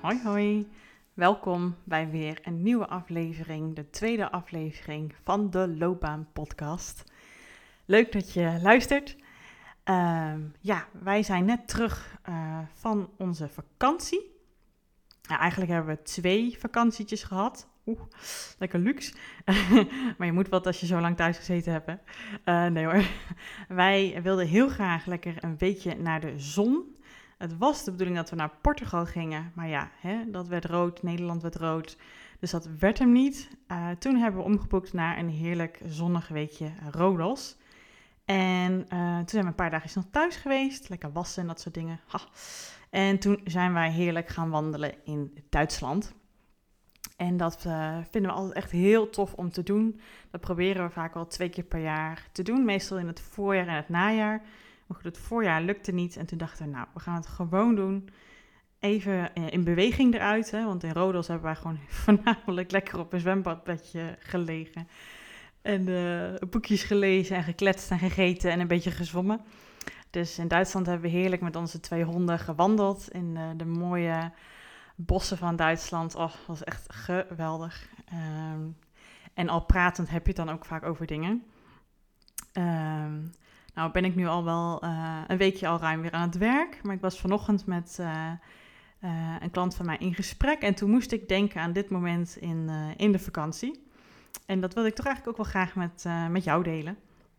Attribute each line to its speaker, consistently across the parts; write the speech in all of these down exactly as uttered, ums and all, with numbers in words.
Speaker 1: Hoi hoi, welkom bij weer een nieuwe aflevering, de tweede aflevering van de Loopbaan Podcast. Leuk dat je luistert. Uh, ja, wij zijn net terug uh, van onze vakantie. Nou, eigenlijk hebben we twee vakantietjes gehad. Oeh, lekker luxe. Maar je moet wat als je zo lang thuis gezeten hebt. Hè? Uh, nee hoor. Wij wilden heel graag lekker een weekje naar de zon. Het was de bedoeling dat we naar Portugal gingen, maar ja, hè, dat werd rood, Nederland werd rood, dus dat werd hem niet. Uh, toen hebben we omgeboekt naar een heerlijk zonnig weekje Rodos. En uh, toen zijn we een paar dagen nog thuis geweest, lekker wassen en dat soort dingen. Ha. En toen zijn wij heerlijk gaan wandelen in Duitsland. En dat uh, vinden we altijd echt heel tof om te doen. Dat proberen we vaak wel twee keer per jaar te doen, meestal in het voorjaar en het najaar. Maar goed, het voorjaar lukte niet en toen dachten we, nou, we gaan het gewoon doen. Even in beweging eruit, hè, want in Rodos hebben wij gewoon voornamelijk lekker op een zwembadbedje gelegen. En uh, boekjes gelezen en gekletst en gegeten en een beetje gezwommen. Dus in Duitsland hebben we heerlijk met onze twee honden gewandeld in uh, de mooie bossen van Duitsland. Oh, dat was echt geweldig. Um, en al pratend heb je het dan ook vaak over dingen. Um, Nou ben ik nu al wel uh, een weekje al ruim weer aan het werk. Maar ik was vanochtend met uh, uh, een klant van mij in gesprek. En toen moest ik denken aan dit moment in, uh, in de vakantie. En dat wilde ik toch eigenlijk ook wel graag met, uh, met jou delen.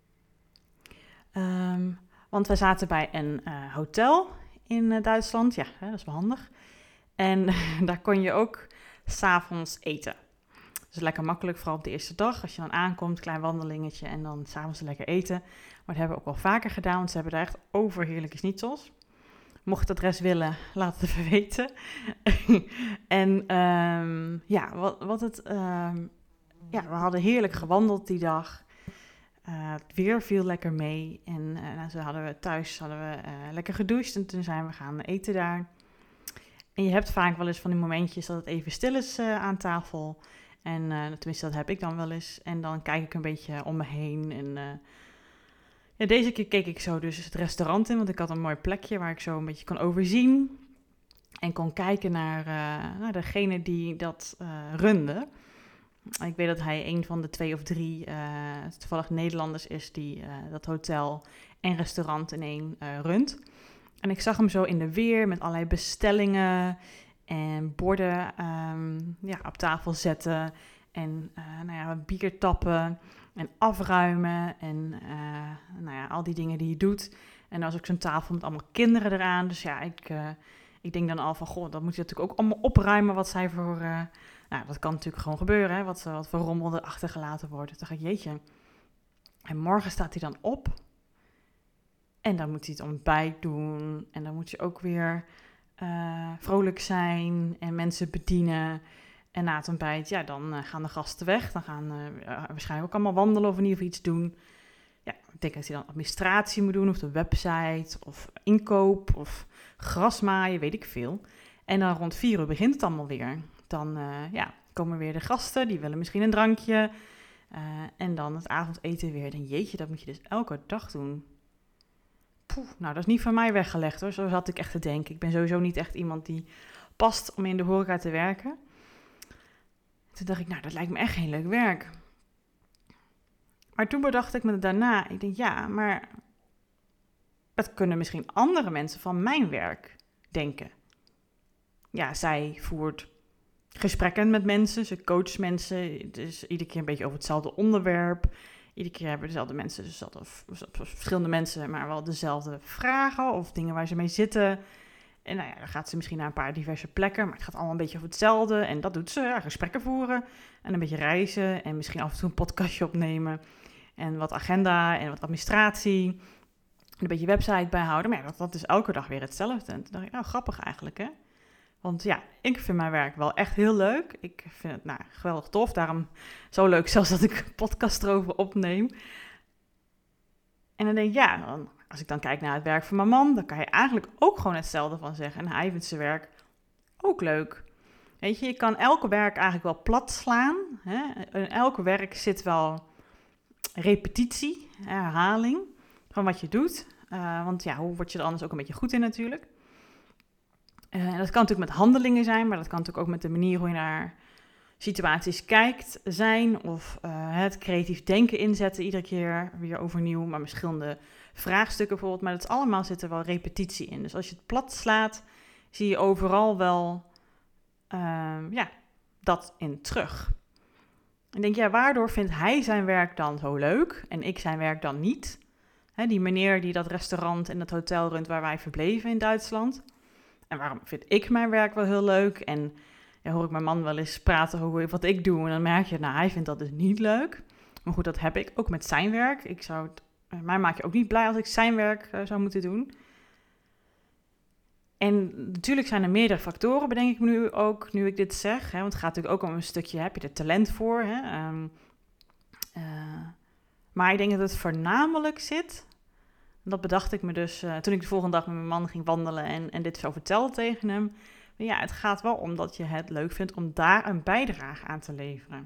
Speaker 1: Um, want we zaten bij een uh, hotel in uh, Duitsland. Ja, hè, dat is wel handig. En daar kon je ook 's avonds eten. Dus lekker makkelijk, vooral op de eerste dag. Als je dan aankomt, klein wandelingetje en dan 's avonds lekker eten. Maar dat hebben we ook wel vaker gedaan, want ze hebben daar echt overheerlijke schnitzels. Mocht je het adres willen, laat het even weten. en um, ja, wat, wat het... Um, ja, we hadden heerlijk gewandeld die dag. Uh, het weer viel lekker mee. En uh, nou, zo hadden we thuis hadden we, uh, lekker gedoucht en toen zijn we gaan eten daar. En je hebt vaak wel eens van die momentjes dat het even stil is uh, aan tafel. En uh, tenminste, dat heb ik dan wel eens. En dan kijk ik een beetje om me heen. En uh, ja, deze keer keek ik zo dus het restaurant in. Want ik had een mooi plekje waar ik zo een beetje kon overzien. En kon kijken naar, uh, naar degene die dat uh, runde. Ik weet dat hij een van de twee of drie uh, toevallig Nederlanders is die uh, dat hotel en restaurant in één uh, runt. En ik zag hem zo in de weer met allerlei bestellingen en borden um, ja, op tafel zetten. En uh, nou ja, bier tappen en afruimen en uh, nou ja, al die dingen die je doet. En er was ook zo'n tafel met allemaal kinderen eraan. Dus ja, ik, uh, ik denk dan al van, goh, dat moet je natuurlijk ook allemaal opruimen wat zij voor... Uh, nou, dat kan natuurlijk gewoon gebeuren, hè, wat, wat voor rommel er achtergelaten wordt. Toen dacht ik, jeetje. En morgen staat hij dan op. En dan moet hij het ontbijt doen. En dan moet je ook weer uh, vrolijk zijn en mensen bedienen. En na het ontbijt, ja, dan uh, gaan de gasten weg. Dan gaan uh, waarschijnlijk ook allemaal wandelen of in ieder geval iets doen. Ja, ik denk dat hij dan administratie moet doen, of de website, of inkoop, of grasmaaien, weet ik veel. En dan rond vier uur begint het allemaal weer. Dan uh, ja, komen weer de gasten, die willen misschien een drankje. Uh, en dan het avondeten weer. Dan jeetje, dat moet je dus elke dag doen. Poeh, nou, dat is niet van mij weggelegd hoor. Zo zat ik echt te denken. Ik ben sowieso niet echt iemand die past om in de horeca te werken. Toen dacht ik, nou, dat lijkt me echt geen leuk werk. Maar toen bedacht ik me daarna, ik denk, ja, maar dat kunnen misschien andere mensen van mijn werk denken. Ja, zij voert gesprekken met mensen, ze coacht mensen, dus iedere keer een beetje over hetzelfde onderwerp. Iedere keer hebben dezelfde mensen, dus of, of verschillende mensen, maar wel dezelfde vragen of dingen waar ze mee zitten. En nou ja, dan gaat ze misschien naar een paar diverse plekken, maar het gaat allemaal een beetje over hetzelfde. En dat doet ze, ja, gesprekken voeren en een beetje reizen en misschien af en toe een podcastje opnemen. En wat agenda en wat administratie, een beetje website bijhouden. Maar ja, dat, dat is elke dag weer hetzelfde. En toen dacht ik, nou grappig eigenlijk hè. Want ja, ik vind mijn werk wel echt heel leuk. Ik vind het nou, geweldig tof. Daarom zo leuk zelfs dat ik een podcast erover opneem. En dan denk ik, ja, dan, als ik dan kijk naar het werk van mijn man, dan kan je eigenlijk ook gewoon hetzelfde van zeggen. En hij vindt zijn werk ook leuk. Weet je, je kan elke werk eigenlijk wel plat slaan. Hè? In elke werk zit wel repetitie, herhaling van wat je doet. Uh, want ja, hoe word je er anders ook een beetje goed in natuurlijk. Uh, dat kan natuurlijk met handelingen zijn, maar dat kan natuurlijk ook met de manier hoe je naar situaties kijkt zijn. Of uh, het creatief denken inzetten, iedere keer weer overnieuw, maar verschillende vraagstukken bijvoorbeeld. Maar dat allemaal zit er wel repetitie in. Dus als je het plat slaat, zie je overal wel uh, ja, dat in terug. En denk, ja, waardoor vindt hij zijn werk dan zo leuk en ik zijn werk dan niet? Hè, die meneer die dat restaurant en dat hotel runt waar wij verbleven in Duitsland. En waarom vind ik mijn werk wel heel leuk? En ja, hoor ik mijn man wel eens praten over wat ik doe. En dan merk je, nou, hij vindt dat dus niet leuk. Maar goed, dat heb ik ook met zijn werk. Ik zou het, mij maak je ook niet blij als ik zijn werk uh, zou moeten doen. En natuurlijk zijn er meerdere factoren, bedenk ik me nu ook, nu ik dit zeg. Hè, want het gaat natuurlijk ook om een stukje, heb je er talent voor? Hè? Um, uh, maar ik denk dat het voornamelijk zit. Dat bedacht ik me dus uh, toen ik de volgende dag met mijn man ging wandelen en, en dit zo vertelde tegen hem. Maar ja, het gaat wel om dat je het leuk vindt om daar een bijdrage aan te leveren.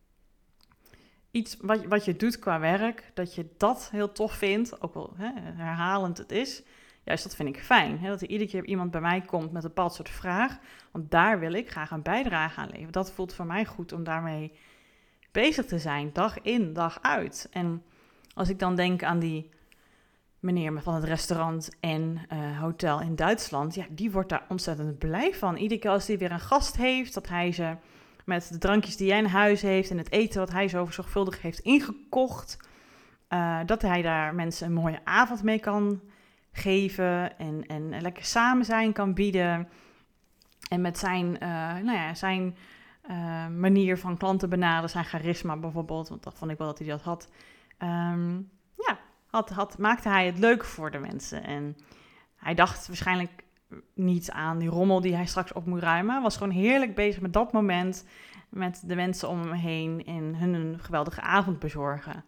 Speaker 1: Iets wat, wat je doet qua werk, dat je dat heel tof vindt, ook wel hè, herhalend het is. Juist dat vind ik fijn, hè, dat er iedere keer iemand bij mij komt met een bepaald soort vraag. Want daar wil ik graag een bijdrage aan leveren. Dat voelt voor mij goed om daarmee bezig te zijn, dag in, dag uit. En als ik dan denk aan die meneer van het restaurant en uh, hotel in Duitsland, ja, die wordt daar ontzettend blij van. Iedere keer als hij weer een gast heeft, dat hij ze met de drankjes die hij in huis heeft en het eten wat hij zo zorgvuldig heeft ingekocht, uh, dat hij daar mensen een mooie avond mee kan geven en, en lekker samen zijn kan bieden. En met zijn, uh, nou ja, zijn uh, manier van klanten benaderen, zijn charisma bijvoorbeeld, want dat vond ik wel dat hij dat had. Um, ja, had, had, maakte hij het leuk voor de mensen. En hij dacht waarschijnlijk niet aan die rommel die hij straks op moet ruimen. Hij was gewoon heerlijk bezig met dat moment, met de mensen om hem heen en hun een geweldige avond bezorgen.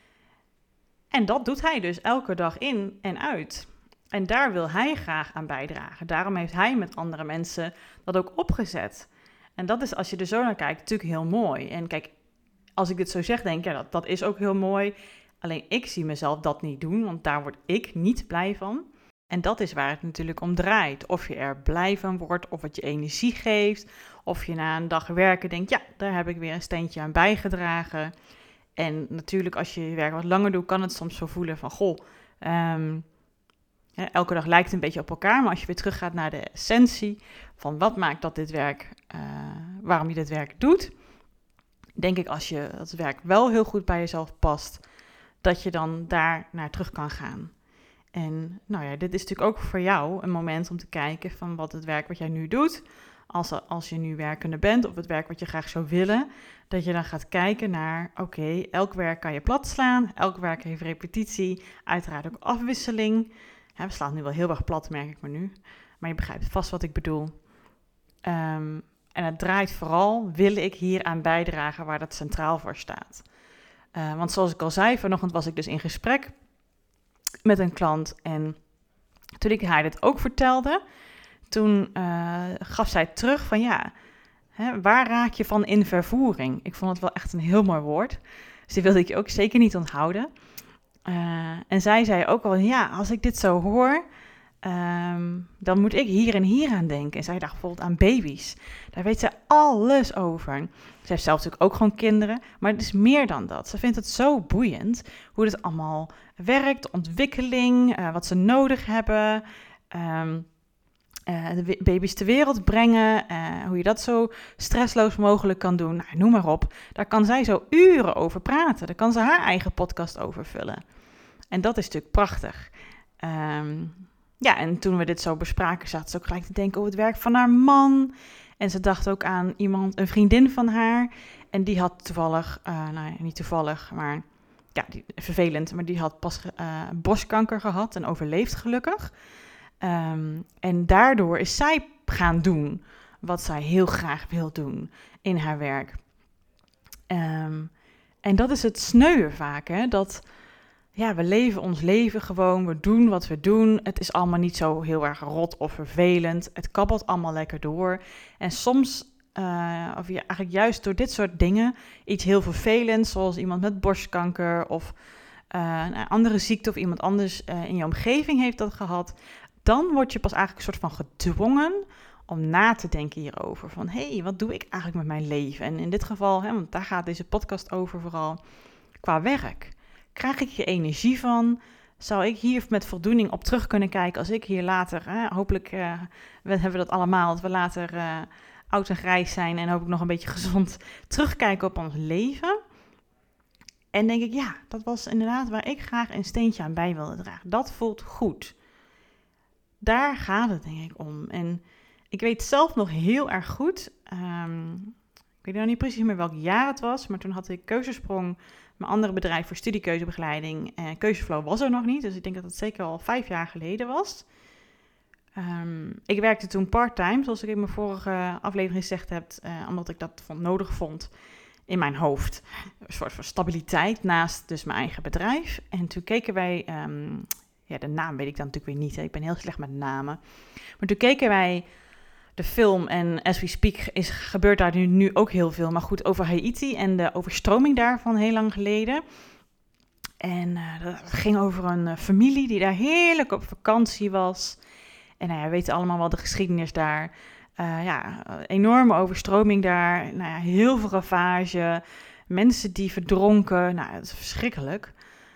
Speaker 1: En dat doet hij dus elke dag in en uit. En daar wil hij graag aan bijdragen. Daarom heeft hij met andere mensen dat ook opgezet. En dat is, als je er zo naar kijkt, natuurlijk heel mooi. En kijk, als ik dit zo zeg, denk ik, ja, dat, dat is ook heel mooi. Alleen ik zie mezelf dat niet doen, want daar word ik niet blij van. En dat is waar het natuurlijk om draait. Of je er blij van wordt, of het je energie geeft. Of je na een dag werken denkt, ja, daar heb ik weer een steentje aan bijgedragen. En natuurlijk als je je werk wat langer doet, kan het soms zo voelen van, goh, um, ja, elke dag lijkt het een beetje op elkaar. Maar als je weer teruggaat naar de essentie van wat maakt dat dit werk, uh, waarom je dit werk doet, denk ik als je het werk wel heel goed bij jezelf past, dat je dan daar naar terug kan gaan. En nou ja, dit is natuurlijk ook voor jou een moment om te kijken van wat het werk wat jij nu doet, als, als je nu werkende bent of het werk wat je graag zou willen, dat je dan gaat kijken naar, oké, okay, elk werk kan je plat slaan, elk werk heeft repetitie, uiteraard ook afwisseling. Ja, we slaan nu wel heel erg plat, merk ik me nu, maar je begrijpt vast wat ik bedoel. Um, en het draait vooral, wil ik hier aan bijdragen waar dat centraal voor staat. Uh, want zoals ik al zei, vanochtend was ik dus in gesprek met een klant en toen ik haar dit ook vertelde, toen uh, gaf zij terug van ja, hè, waar raak je van in vervoering? Ik vond het wel echt een heel mooi woord, dus die wilde ik ook zeker niet onthouden. Uh, en zij zei ook al, ja, als ik dit zo hoor, um, dan moet ik hier en hier aan denken. En zij dacht bijvoorbeeld aan baby's. Daar weet ze alles over. Ze heeft zelf natuurlijk ook gewoon kinderen, maar het is meer dan dat. Ze vindt het zo boeiend hoe dit allemaal werkt, de ontwikkeling, uh, wat ze nodig hebben, um, uh, de baby's ter wereld brengen, uh, hoe je dat zo stressloos mogelijk kan doen. Nou, noem maar op. Daar kan zij zo uren over praten. Daar kan ze haar eigen podcast over vullen. En dat is natuurlijk prachtig. Um, ja, en toen we dit zo bespraken, zat ze ook gelijk te denken over het werk van haar man. En ze dacht ook aan iemand, een vriendin van haar. En die had toevallig, uh, nou ja, niet toevallig, maar ja, die, vervelend. Maar die had pas uh, borstkanker gehad en overleefd gelukkig. Um, en daardoor is zij gaan doen wat zij heel graag wil doen in haar werk. Um, en dat is het sneuwen vaak, hè, dat ja, we leven ons leven gewoon, we doen wat we doen. Het is allemaal niet zo heel erg rot of vervelend. Het kabbelt allemaal lekker door. En soms, uh, of ja, eigenlijk juist door dit soort dingen, iets heel vervelends, zoals iemand met borstkanker of uh, een andere ziekte of iemand anders uh, in je omgeving heeft dat gehad, dan word je pas eigenlijk een soort van gedwongen om na te denken hierover. Van, hé, hey, wat doe ik eigenlijk met mijn leven? En in dit geval, hè, want daar gaat deze podcast over vooral, qua werk. Krijg ik hier energie van? Zou ik hier met voldoening op terug kunnen kijken als ik hier later, hè, hopelijk uh, we hebben we dat allemaal, dat we later uh, oud en grijs zijn en hopelijk nog een beetje gezond terugkijken op ons leven? En denk ik, ja, dat was inderdaad waar ik graag een steentje aan bij wilde dragen. Dat voelt goed. Daar gaat het denk ik om. En ik weet zelf nog heel erg goed, um, ik weet nog niet precies meer welk jaar het was, maar toen had ik Keuzesprong, mijn andere bedrijf voor studiekeuzebegeleiding. En Keuzeflow was er nog niet, dus ik denk dat het zeker al vijf jaar geleden was. Um, ik werkte toen part-time, zoals ik in mijn vorige aflevering gezegd heb, uh, omdat ik dat vond, nodig vond in mijn hoofd. Een soort van stabiliteit naast dus mijn eigen bedrijf. En toen keken wij, um, ja, de naam weet ik dan natuurlijk weer niet, hè. Ik ben heel slecht met namen. Maar toen keken wij de film en as we speak is, gebeurt daar nu, nu ook heel veel. Maar goed, over Haiti en de overstroming daarvan heel lang geleden. En uh, dat ging over een uh, familie die daar heerlijk op vakantie was. En nou ja, we weten allemaal wel de geschiedenis daar. Uh, ja, enorme overstroming daar. Nou ja, heel veel ravage. Mensen die verdronken. Nou, dat is verschrikkelijk.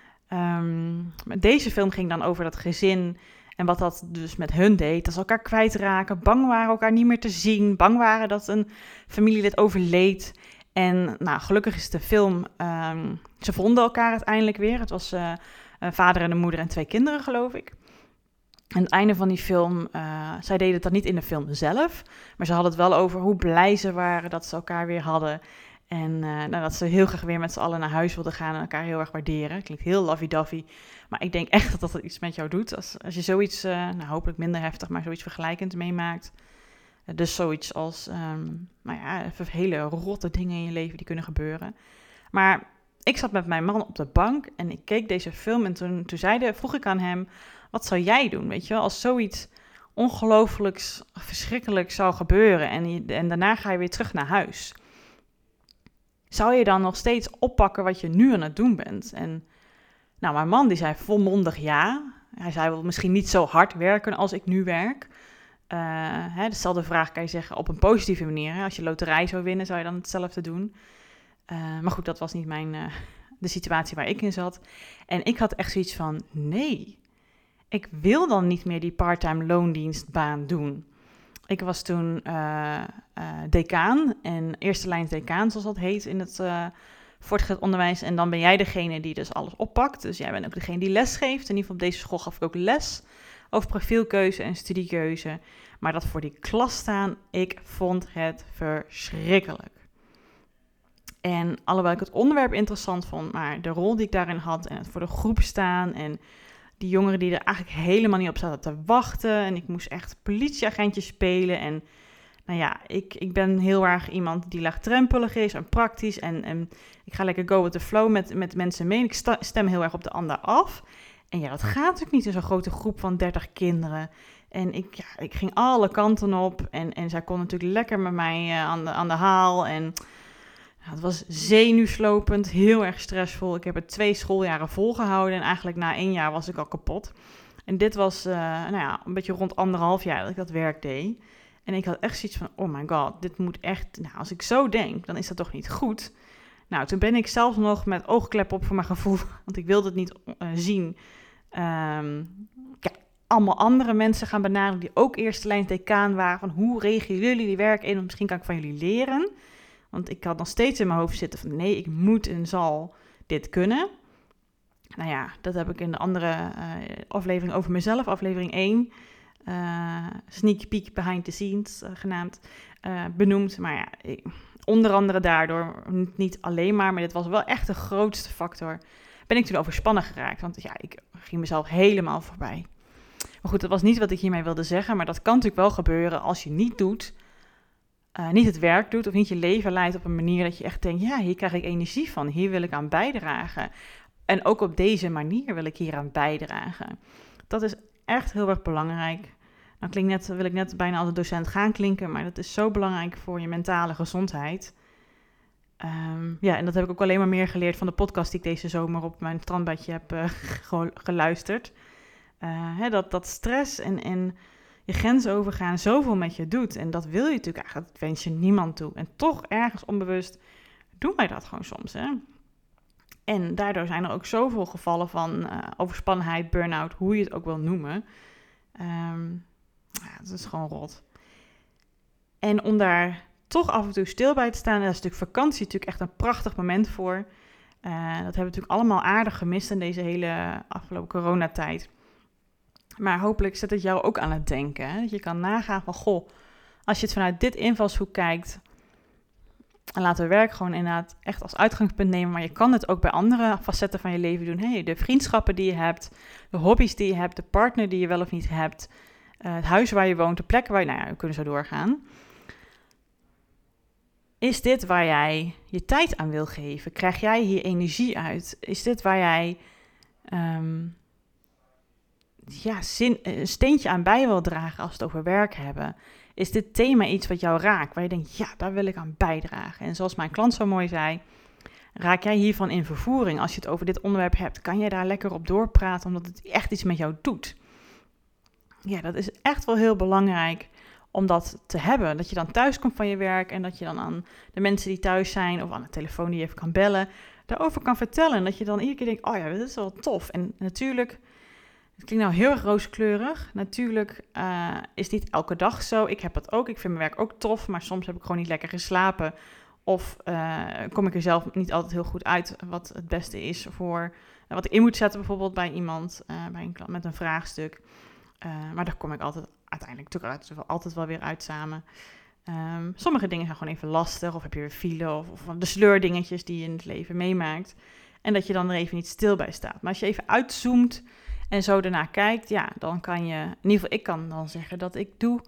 Speaker 1: Um, deze film ging dan over dat gezin en wat dat dus met hun deed. Dat ze elkaar kwijtraken, bang waren elkaar niet meer te zien. Bang waren dat een familielid overleed. En nou, gelukkig is de film, um, ze vonden elkaar uiteindelijk weer. Het was uh, een vader en een moeder en twee kinderen, geloof ik. En het einde van die film, uh, zij deden het dan niet in de film zelf, maar ze hadden het wel over hoe blij ze waren dat ze elkaar weer hadden. En uh, nou, dat ze heel graag weer met z'n allen naar huis wilden gaan en elkaar heel erg waarderen. Klinkt heel lovey-dovey, maar ik denk echt dat dat iets met jou doet. Als, als je zoiets, uh, nou hopelijk minder heftig, maar zoiets vergelijkend meemaakt. Uh, dus zoiets als, um, nou ja, hele rotte dingen in je leven die kunnen gebeuren. Maar ik zat met mijn man op de bank en ik keek deze film en toen, toen zeide, vroeg ik aan hem, wat zou jij doen, weet je wel, als zoiets ongelooflijks verschrikkelijk zou gebeuren en, je, en daarna ga je weer terug naar huis. Zou je dan nog steeds oppakken wat je nu aan het doen bent? En nou, mijn man die zei volmondig ja. Hij zei wel misschien niet zo hard werken als ik nu werk. Uh, hè, dezelfde vraag kan je zeggen op een positieve manier. Hè? Als je loterij zou winnen, zou je dan hetzelfde doen. Uh, maar goed, dat was niet mijn, uh, de situatie waar ik in zat. En ik had echt zoiets van, nee, ik wil dan niet meer die parttime loondienstbaan doen. Ik was toen uh, uh, decaan en eerste lijns decaan, zoals dat heet in het uh, voortgezet onderwijs. En dan ben jij degene die dus alles oppakt. Dus jij bent ook degene die les geeft. In ieder geval op deze school gaf ik ook les over profielkeuze en studiekeuze. Maar dat voor die klas staan, ik vond het verschrikkelijk. En alhoewel ik het onderwerp interessant vond, maar de rol die ik daarin had en het voor de groep staan en die jongeren die er eigenlijk helemaal niet op zaten te wachten. En ik moest echt politieagentje spelen. En nou ja, ik, ik ben heel erg iemand die laagdrempelig is en praktisch. En, en ik ga lekker go with the flow met, met mensen mee. Ik sta, stem heel erg op de ander af. En ja, dat gaat natuurlijk niet in zo'n grote groep van dertig kinderen. En ik, ja, ik ging alle kanten op. En, en zij kon natuurlijk lekker met mij uh, aan, de, aan de haal. En ja, het was zenuwslopend, heel erg stressvol. Ik heb het twee schooljaren volgehouden en eigenlijk na één jaar was ik al kapot. En dit was uh, nou ja, een beetje rond anderhalf jaar dat ik dat werk deed. En ik had echt zoiets van, oh my god, dit moet echt, nou als ik zo denk, dan is dat toch niet goed. Nou, toen ben ik zelfs nog met oogklep op voor mijn gevoel, want ik wilde het niet uh, zien. Um, ja, allemaal andere mensen gaan benaderen die ook eerste lijn decaan waren. Van hoe regelen jullie die werk in? Misschien kan ik van jullie leren. Want ik had nog steeds in mijn hoofd zitten van nee, ik moet en zal dit kunnen. Nou ja, dat heb ik in de andere uh, aflevering over mezelf, aflevering één, uh, Sneak Peek Behind the Scenes uh, genaamd, uh, benoemd. Maar ja, ik, onder andere daardoor, niet alleen maar, maar dit was wel echt de grootste factor, ben ik toen overspannen geraakt. Want ja, ik ging mezelf helemaal voorbij. Maar goed, dat was niet wat ik hiermee wilde zeggen, maar dat kan natuurlijk wel gebeuren als je niet doet, Uh, niet het werk doet of niet je leven leidt op een manier dat je echt denkt, ja, hier krijg ik energie van, hier wil ik aan bijdragen. En ook op deze manier wil ik hier aan bijdragen. Dat is echt heel erg belangrijk. Nou klinkt net, wil ik net bijna als een docent gaan klinken, maar dat is zo belangrijk voor je mentale gezondheid. Um, ja, en dat heb ik ook alleen maar meer geleerd van de podcast die ik deze zomer op mijn strandbadje heb uh, geluisterd. Uh, hè, dat, dat stress en, en je grens overgaan zoveel met je doet. En dat wil je natuurlijk eigenlijk, dat wens je niemand toe. En toch ergens onbewust doen wij dat gewoon soms. Hè? En daardoor zijn er ook zoveel gevallen van uh, overspannenheid, burn-out, hoe je het ook wil noemen. Um, ja, dat is gewoon rot. En om daar toch af en toe stil bij te staan, daar is natuurlijk vakantie natuurlijk echt een prachtig moment voor. Uh, dat hebben we natuurlijk allemaal aardig gemist in deze hele afgelopen coronatijd. Maar hopelijk zet het jou ook aan het denken. Hè? Dat je kan nagaan van, goh, als je het vanuit dit invalshoek kijkt, en laten we werk gewoon inderdaad echt als uitgangspunt nemen, maar je kan het ook bij andere facetten van je leven doen. Hey, de vriendschappen die je hebt, de hobby's die je hebt, de partner die je wel of niet hebt, uh, het huis waar je woont, de plekken waar je, nou ja, we kunnen zo doorgaan. Is dit waar jij je tijd aan wil geven? Krijg jij hier energie uit? Is dit waar jij um, ja, zin, een steentje aan bij wil dragen als we het over werk hebben? Is dit thema iets wat jou raakt, waar je denkt, ja, daar wil ik aan bijdragen? En zoals mijn klant zo mooi zei, raak jij hiervan in vervoering? Als je het over dit onderwerp hebt, kan jij daar lekker op doorpraten, omdat het echt iets met jou doet? Ja, dat is echt wel heel belangrijk om dat te hebben. Dat je dan thuis komt van je werk en dat je dan aan de mensen die thuis zijn of aan de telefoon die je even kan bellen, daarover kan vertellen. En dat je dan iedere keer denkt, oh ja, dit is wel tof. En natuurlijk, het klinkt nou heel erg rooskleurig. Natuurlijk uh, is niet elke dag zo. Ik heb dat ook. Ik vind mijn werk ook tof, maar soms heb ik gewoon niet lekker geslapen. Of uh, kom ik er zelf niet altijd heel goed uit wat het beste is voor uh, wat ik in moet zetten bijvoorbeeld bij iemand, uh, bij een klant met een vraagstuk. Uh, maar daar kom ik altijd uiteindelijk natuurlijk uit, altijd wel weer uit samen. Um, sommige dingen zijn gewoon even lastig, of heb je weer file, of, of de sleurdingetjes die je in het leven meemaakt. En dat je dan er even niet stil bij staat. Maar als je even uitzoomt en zo daarna kijkt, ja, dan kan je, in ieder geval ik kan dan zeggen dat ik doe,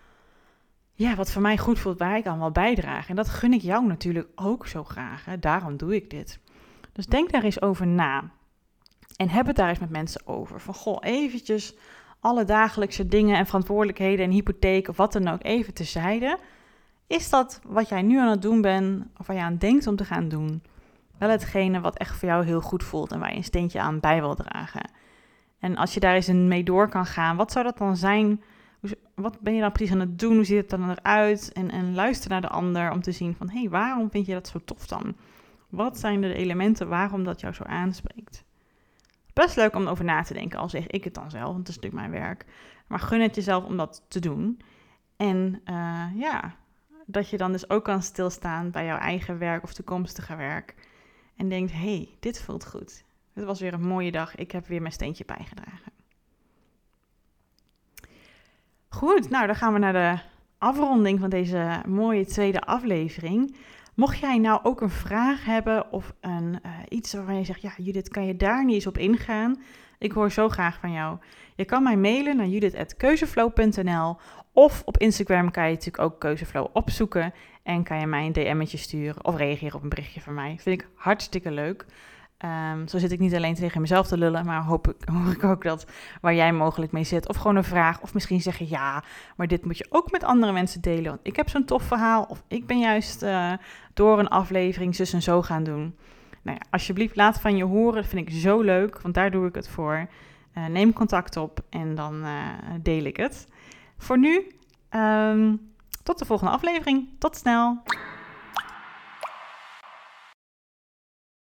Speaker 1: ja, wat voor mij goed voelt, waar ik aan wil bijdragen. En dat gun ik jou natuurlijk ook zo graag, hè? Daarom doe ik dit. Dus denk daar eens over na. En heb het daar eens met mensen over. Van, goh, eventjes alle dagelijkse dingen en verantwoordelijkheden en hypotheek of wat dan ook even terzijde. Is dat wat jij nu aan het doen bent, of waar je aan denkt om te gaan doen, wel hetgene wat echt voor jou heel goed voelt en waar je een steentje aan bij wil dragen? En als je daar eens mee door kan gaan, wat zou dat dan zijn? Wat ben je dan precies aan het doen? Hoe ziet het dan eruit? En, en luister naar de ander om te zien van, hé, hey, waarom vind je dat zo tof dan? Wat zijn de elementen waarom dat jou zo aanspreekt? Best leuk om over na te denken, al zeg ik het dan zelf, want het is natuurlijk mijn werk. Maar gun het jezelf om dat te doen. En uh, ja, dat je dan dus ook kan stilstaan bij jouw eigen werk of toekomstige werk. En denkt, hé, hey, dit voelt goed. Dit was weer een mooie dag. Ik heb weer mijn steentje bijgedragen. Goed, nou dan gaan we naar de afronding van deze mooie tweede aflevering. Mocht jij nou ook een vraag hebben of een, uh, iets waarvan je zegt, ja Judith, kan je daar niet eens op ingaan? Ik hoor zo graag van jou. Je kan mij mailen naar judith at keuzeflow punt n l of op Instagram kan je natuurlijk ook Keuzeflow opzoeken en kan je mij een D M'tje sturen of reageren op een berichtje van mij. Vind ik hartstikke leuk. Um, zo zit ik niet alleen tegen mezelf te lullen, maar hoop ik, hoor ik ook dat waar jij mogelijk mee zit. Of gewoon een vraag, of misschien zeggen ja, maar dit moet je ook met andere mensen delen. Want ik heb zo'n tof verhaal, of ik ben juist uh, door een aflevering zus en zo gaan doen. Nou ja, alsjeblieft laat van je horen, dat vind ik zo leuk, want daar doe ik het voor. Uh, neem contact op en dan uh, deel ik het. Voor nu, um, tot de volgende aflevering. Tot snel!